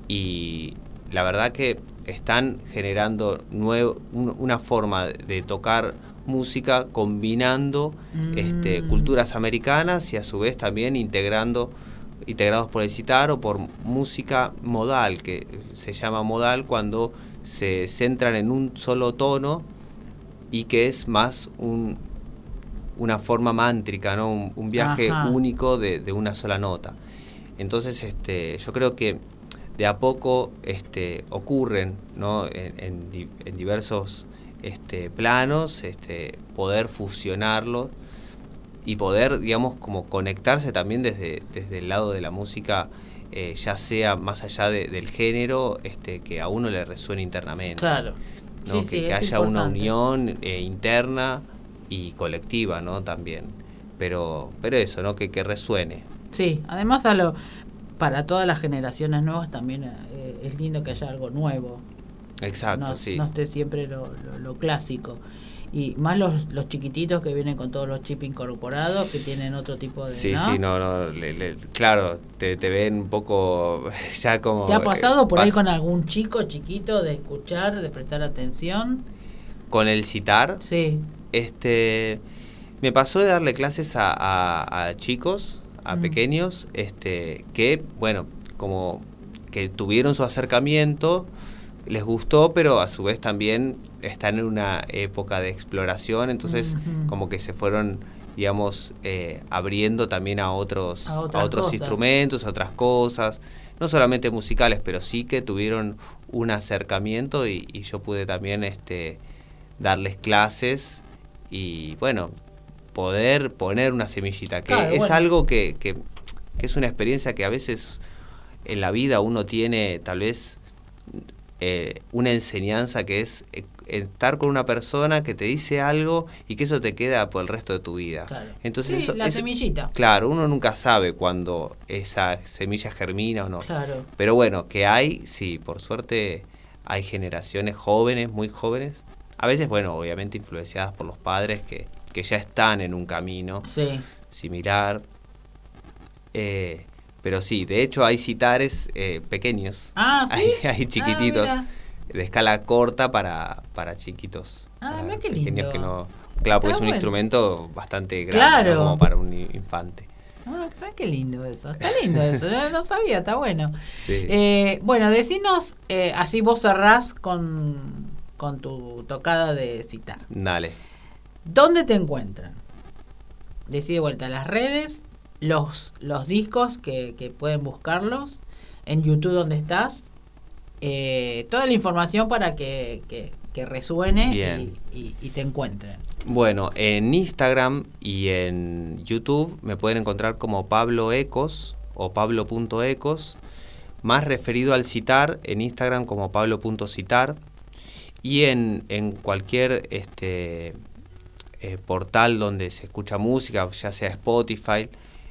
y la verdad que están generando nuevo, un, una forma de tocar música combinando mm. este, culturas americanas y a su vez también integrando integrados por el sitar o por música modal, que se llama modal cuando se centran en un solo tono y que es más un, una forma mántrica, ¿no? un, un viaje Ajá. único de, de una sola nota. Entonces este, yo creo que de a poco este, ocurren, ¿no? en, en, en diversos Este, planos, este, poder fusionarlo y poder, digamos, como conectarse también desde, desde el lado de la música, eh, ya sea más allá de, del género, este, que a uno le resuene internamente. Claro. ¿no? Sí, que, sí, que haya importante. una unión eh, interna y colectiva, ¿no? También. Pero, pero eso, ¿no? Que, que resuene. Sí, además a lo, para todas las generaciones nuevas también eh, es lindo que haya algo nuevo. Exacto, no, sí. No esté siempre lo, lo, lo clásico. Y más los, los chiquititos que vienen con todos los chips incorporados, que tienen otro tipo de... Sí, ¿no? sí, no, no, le, le, claro, te, te ven un poco ya como... ¿Te ha pasado eh, por pas- ahí con algún chico chiquito de escuchar, de prestar atención? Con el sitar, Sí. este, me pasó de darle clases a, a, a chicos, a Mm. pequeños, este, que, bueno, como que tuvieron su acercamiento, les gustó, pero a su vez también están en una época de exploración, entonces Uh-huh. como que se fueron, digamos, eh, abriendo también a otros, A a otras otros cosas. instrumentos, a otras cosas, no solamente musicales, pero sí que tuvieron un acercamiento y, y yo pude también este, darles clases y, bueno, poder poner una semillita, que Claro, es bueno. algo que, que, que es una experiencia que a veces en la vida uno tiene tal vez eh, una enseñanza que es eh, estar con una persona que te dice algo y que eso te queda por el resto de tu vida. Claro. Entonces, sí, eso, la es, semillita. Claro, uno nunca sabe cuándo esa semilla germina o no. Claro. Pero bueno, que hay, sí, por suerte hay generaciones jóvenes, muy jóvenes. A veces, bueno, obviamente influenciadas por los padres que, que ya están en un camino sí. similar. Eh, pero sí, de hecho hay citares eh, pequeños. Ah, ¿sí? Hay, hay chiquititos, ah, de escala corta para, para chiquitos. Ah, para mira qué pequeños lindo. que no, claro, porque Está es un bueno. instrumento bastante grande, Claro. ¿no? Como para un infante. Ah, qué lindo eso, está lindo eso, no, no sabía, está bueno. Sí. Eh, bueno, decinos, eh, así vos cerrás con, con tu tocada de citar. Dale. ¿Dónde te encuentran? Decí de vuelta las redes, los, los discos que, que pueden buscarlos, en YouTube donde estás, eh, toda la información para que, que, que resuene y, y, y te encuentren. Bueno, en Instagram y en YouTube me pueden encontrar como Pablo Ecos o pablo.ecos, más referido al citar en Instagram como pablo.citar, y en, en cualquier este eh, portal donde se escucha música, ya sea Spotify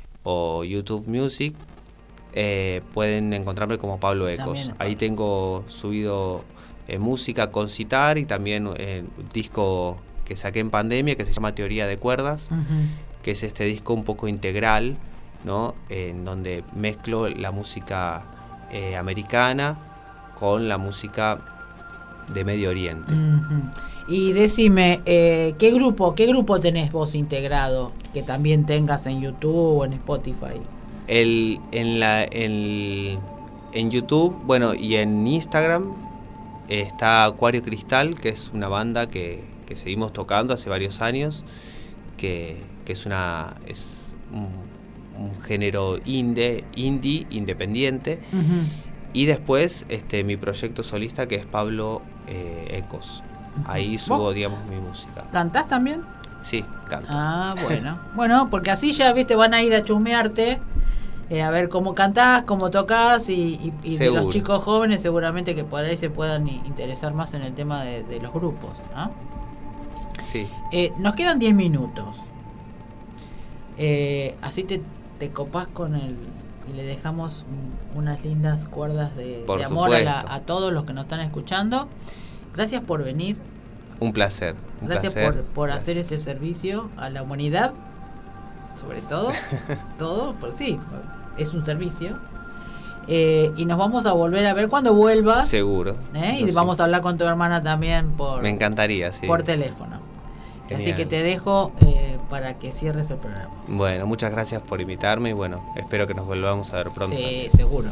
o YouTube Music, eh, pueden encontrarme como Pablo Ecos. Ahí tengo subido eh, música con citar y también eh, disco que saqué en pandemia que se llama Teoría de Cuerdas, uh-huh. que es este disco un poco integral, ¿no? En donde mezclo la música eh, americana con la música de Medio Oriente. Uh-huh. Y decime, eh, ¿qué grupo qué grupo tenés vos integrado que también tengas en YouTube o en Spotify? El, en, la, el, en YouTube, bueno, y en Instagram está Acuario Cristal, que es una banda que, que seguimos tocando hace varios años, que, que es una es un, un género indie, indie independiente. Uh-huh. Y después este mi proyecto solista, que es Pablo eh, Ecos. Ahí subo, digamos, mi música. ¿Cantás también? Sí, canto. Ah, bueno. Bueno, porque así ya, viste, van a ir a chusmearte, eh, a ver cómo cantás, cómo tocás, y, y, y de los chicos jóvenes seguramente que por ahí se puedan interesar más en el tema de, de los grupos, ¿no? Sí. Eh, nos quedan diez minutos. Eh, así te, te copás con el... y le dejamos unas lindas cuerdas de, de amor a, la, a todos los que nos están escuchando. Gracias por venir. Un placer. Un Gracias placer. por, por hacer este servicio a la humanidad, sobre todo. todo, pues sí, es un servicio. Eh, y nos vamos a volver a ver cuando vuelvas. Seguro. ¿eh? Y vamos sí. a hablar con tu hermana también por... Me encantaría, sí. Por teléfono. Genial. Así que te dejo eh, para que cierres el programa. Bueno, muchas gracias por invitarme y bueno, espero que nos volvamos a ver pronto. Sí, seguro.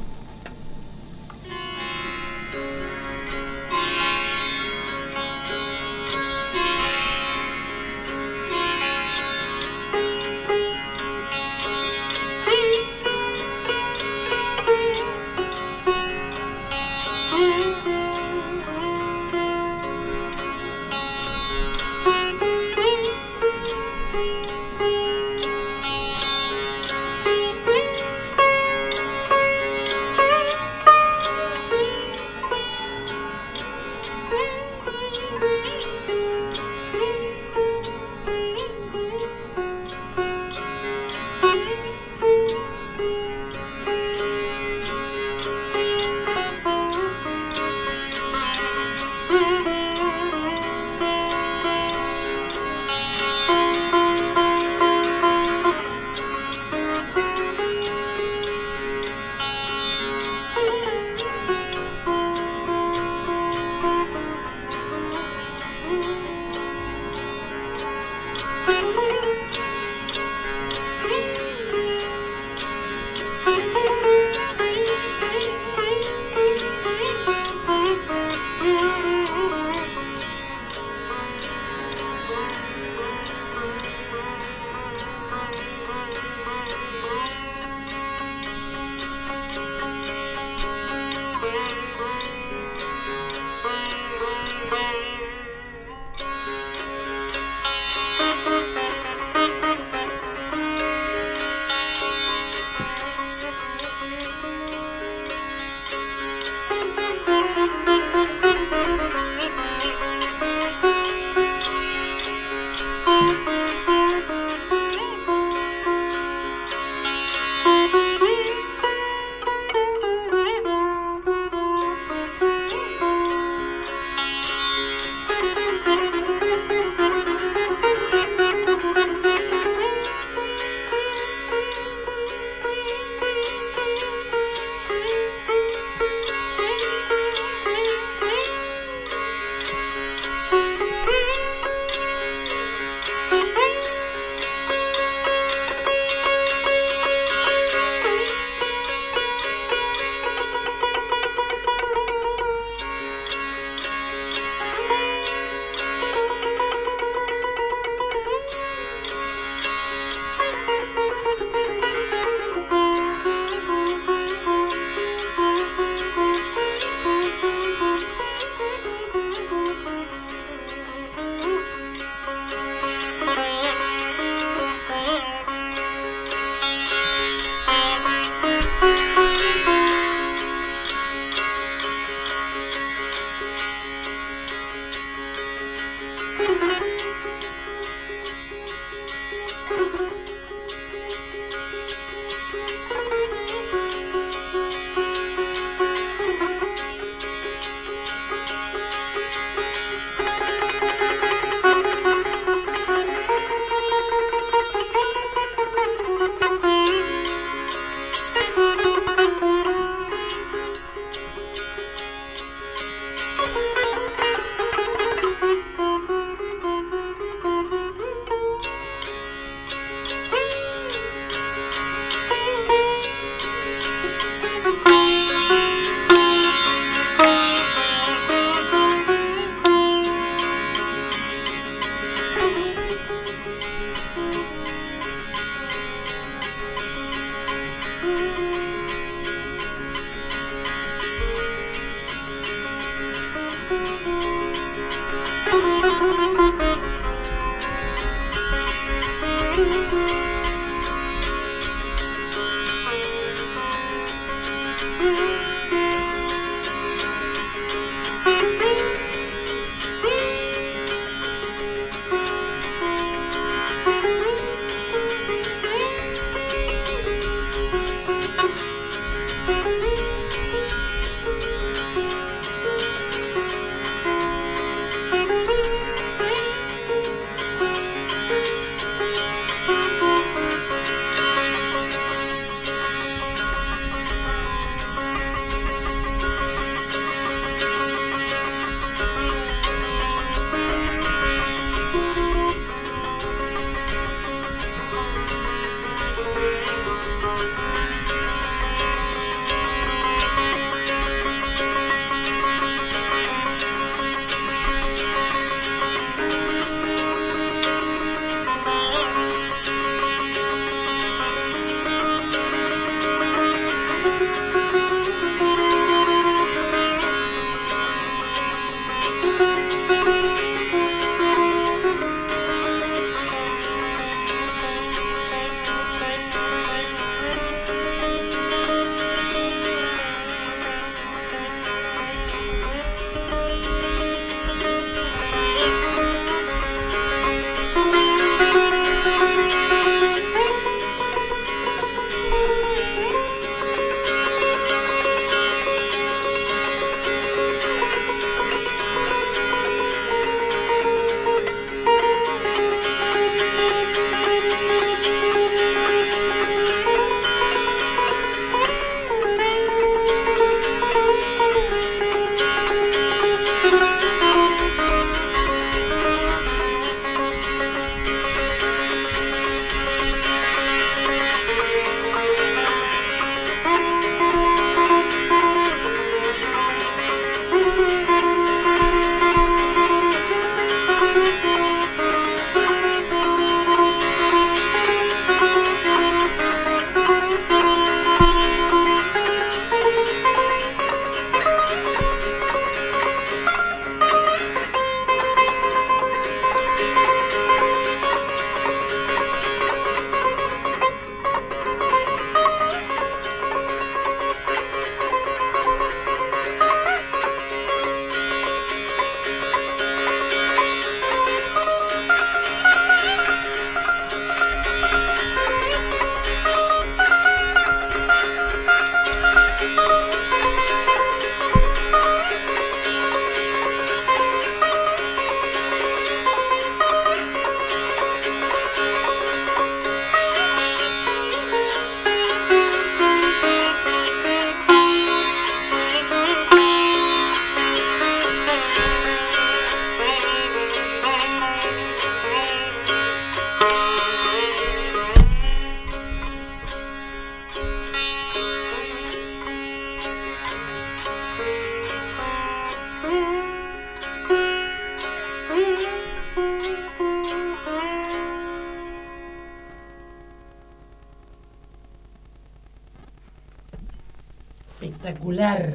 Espectacular.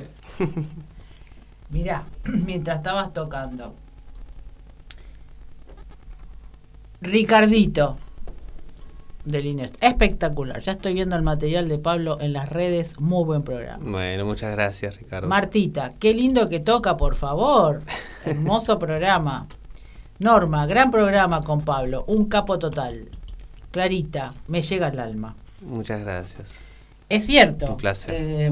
Mirá, mientras estabas tocando. Ricardito del Inés. Espectacular. Ya estoy viendo el material de Pablo en las redes. Muy buen programa. Bueno, muchas gracias, Ricardo. Martita, qué lindo que toca, por favor. Hermoso programa. Norma, gran programa con Pablo. Un capo total. Clarita, me llega al alma. Muchas gracias. Es cierto. Un placer. Eh,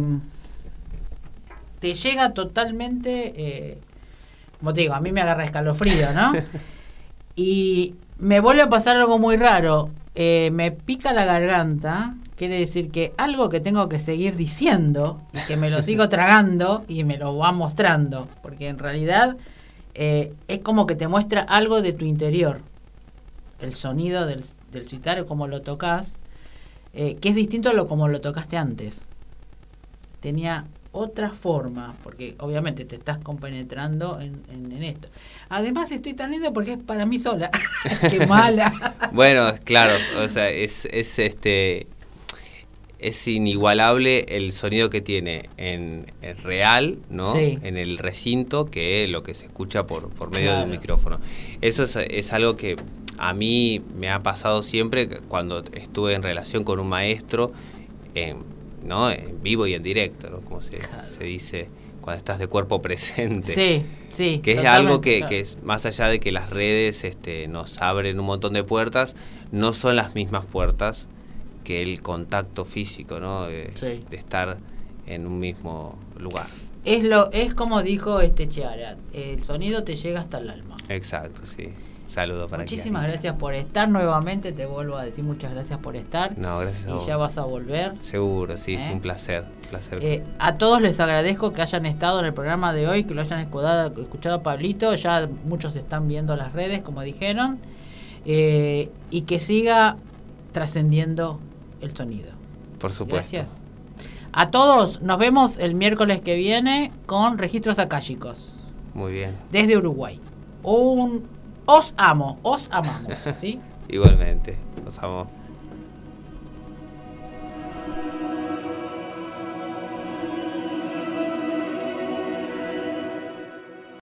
te llega totalmente, eh, como te digo, a mí me agarra escalofrío, ¿no? Y me vuelve a pasar algo muy raro. Eh, me pica la garganta. Quiere decir que algo que tengo que seguir diciendo, y que me lo sigo tragando y me lo va mostrando. Porque en realidad eh, es como que te muestra algo de tu interior. El sonido del, del citario, como lo tocas, eh, que es distinto a lo como lo tocaste antes. Tenía otra forma, porque obviamente te estás compenetrando en, en, en esto. Además estoy tan lindo porque es para mí sola. ¡Qué mala! Bueno, claro, o sea, es, es este... es inigualable el sonido que tiene en, en real, ¿no? Sí. En el recinto, que lo que se escucha por, por medio Claro. de un micrófono. Eso es, es algo que a mí me ha pasado siempre cuando estuve en relación con un maestro, en, ¿no? En vivo y en directo, ¿no? Como se, Claro. se dice cuando estás de cuerpo presente. Sí, sí. Que es totalmente, algo que, claro. que es más allá de que las redes este, nos abren un montón de puertas, no son las mismas puertas que el contacto físico, ¿no? De, Sí. de estar en un mismo lugar. Es lo es como dijo este Chiara, el sonido te llega hasta el alma. Exacto, sí. Saludos para Muchísimas Kiara. gracias por estar nuevamente, te vuelvo a decir muchas gracias por estar. No, gracias a Y vos. ya vas a volver. Seguro, sí, ¿Eh? es un placer. Un placer. Eh, a todos les agradezco que hayan estado en el programa de hoy, que lo hayan escuchado, escuchado a Pablito. Ya muchos están viendo las redes, como dijeron. Eh, y que siga trascendiendo el sonido. Por supuesto. Gracias. A todos, nos vemos el miércoles que viene con Registros Akáshicos Muy bien. desde Uruguay. Un, os amo, os amamos, ¿sí? Igualmente. Los amo.